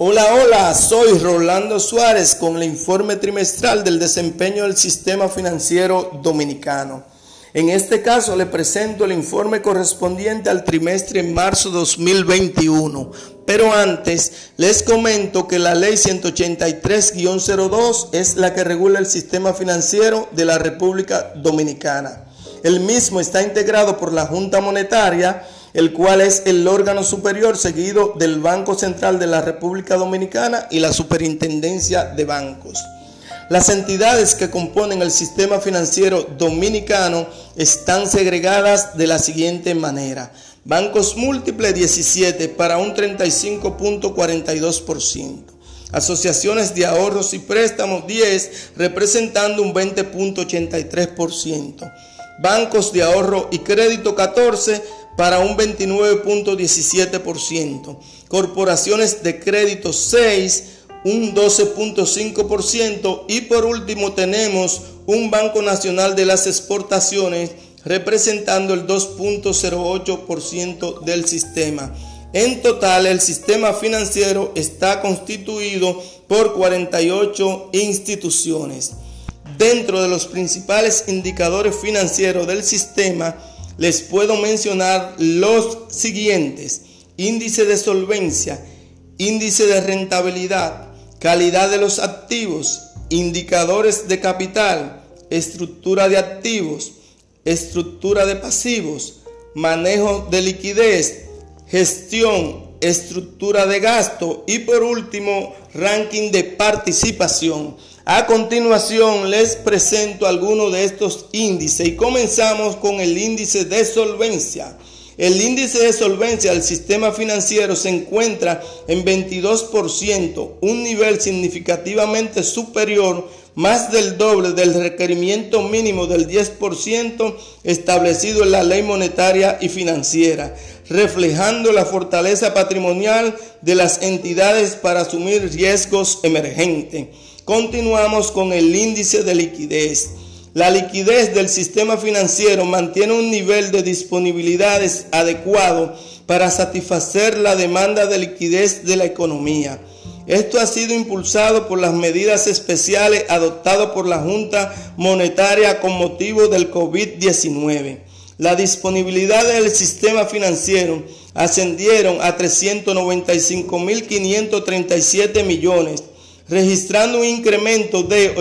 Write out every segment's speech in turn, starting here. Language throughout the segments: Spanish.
Hola, hola, soy Rolando Suárez con el informe trimestral del desempeño del sistema financiero dominicano. En este caso le presento el informe correspondiente al trimestre en marzo 2021. Pero antes les comento que la ley 183-02 es la que regula el sistema financiero de la República Dominicana. El mismo está integrado por la Junta Monetaria, el cual es el órgano superior seguido del Banco Central de la República Dominicana y la Superintendencia de Bancos. Las entidades que componen el sistema financiero dominicano están segregadas de la siguiente manera: bancos múltiples 17 para un 35.42%, asociaciones de ahorros y préstamos 10 representando un 20.83%, bancos de ahorro y crédito 14 para un 29.17%, corporaciones de crédito 6, un 12.5% y por último tenemos un Banco Nacional de las Exportaciones representando el 2.08% del sistema. En total, el sistema financiero está constituido por 48 instituciones. Dentro de los principales indicadores financieros del sistema, les puedo mencionar los siguientes: índice de solvencia, índice de rentabilidad, calidad de los activos, indicadores de capital, estructura de activos, estructura de pasivos, manejo de liquidez, gestión, estructura de gasto y por último, ranking de participación. A continuación les presento algunos de estos índices y comenzamos con el índice de solvencia. El índice de solvencia del sistema financiero se encuentra en 22%, un nivel significativamente superior, más del doble del requerimiento mínimo del 10% establecido en la ley monetaria y financiera, reflejando la fortaleza patrimonial de las entidades para asumir riesgos emergentes. Continuamos con el índice de liquidez. La liquidez del sistema financiero mantiene un nivel de disponibilidades adecuado para satisfacer la demanda de liquidez de la economía. Esto ha sido impulsado por las medidas especiales adoptadas por la Junta Monetaria con motivo del COVID-19. La disponibilidad del sistema financiero ascendieron a 395.537 millones, registrando un incremento de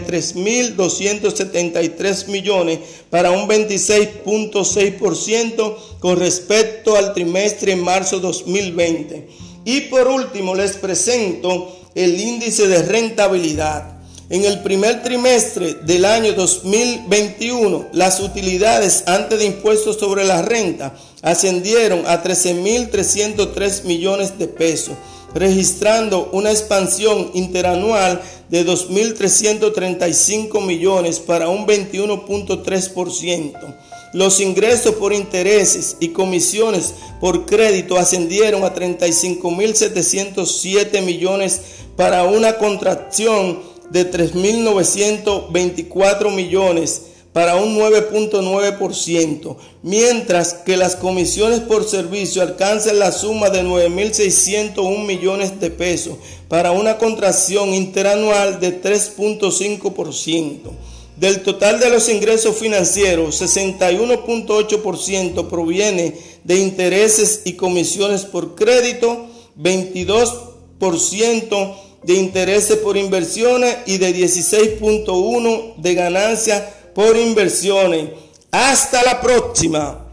83.273 millones para un 26.6% con respecto al trimestre en marzo 2020. Y por último les presento el índice de rentabilidad. En el primer trimestre del año 2021, las utilidades antes de impuestos sobre la renta ascendieron a 13.303 millones de pesos, registrando una expansión interanual de 2.335 millones para un 21.3%. Los ingresos por intereses y comisiones por crédito ascendieron a 35.707 millones para una contracción de 3.924 millones para un 9.9%, mientras que las comisiones por servicio alcanzan la suma de 9.601 millones de pesos para una contracción interanual de 3.5%. Del total de los ingresos financieros, 61.8% proviene de intereses y comisiones por crédito, 22% de intereses por inversiones y de 16.1% de ganancias por inversiones. Hasta la próxima.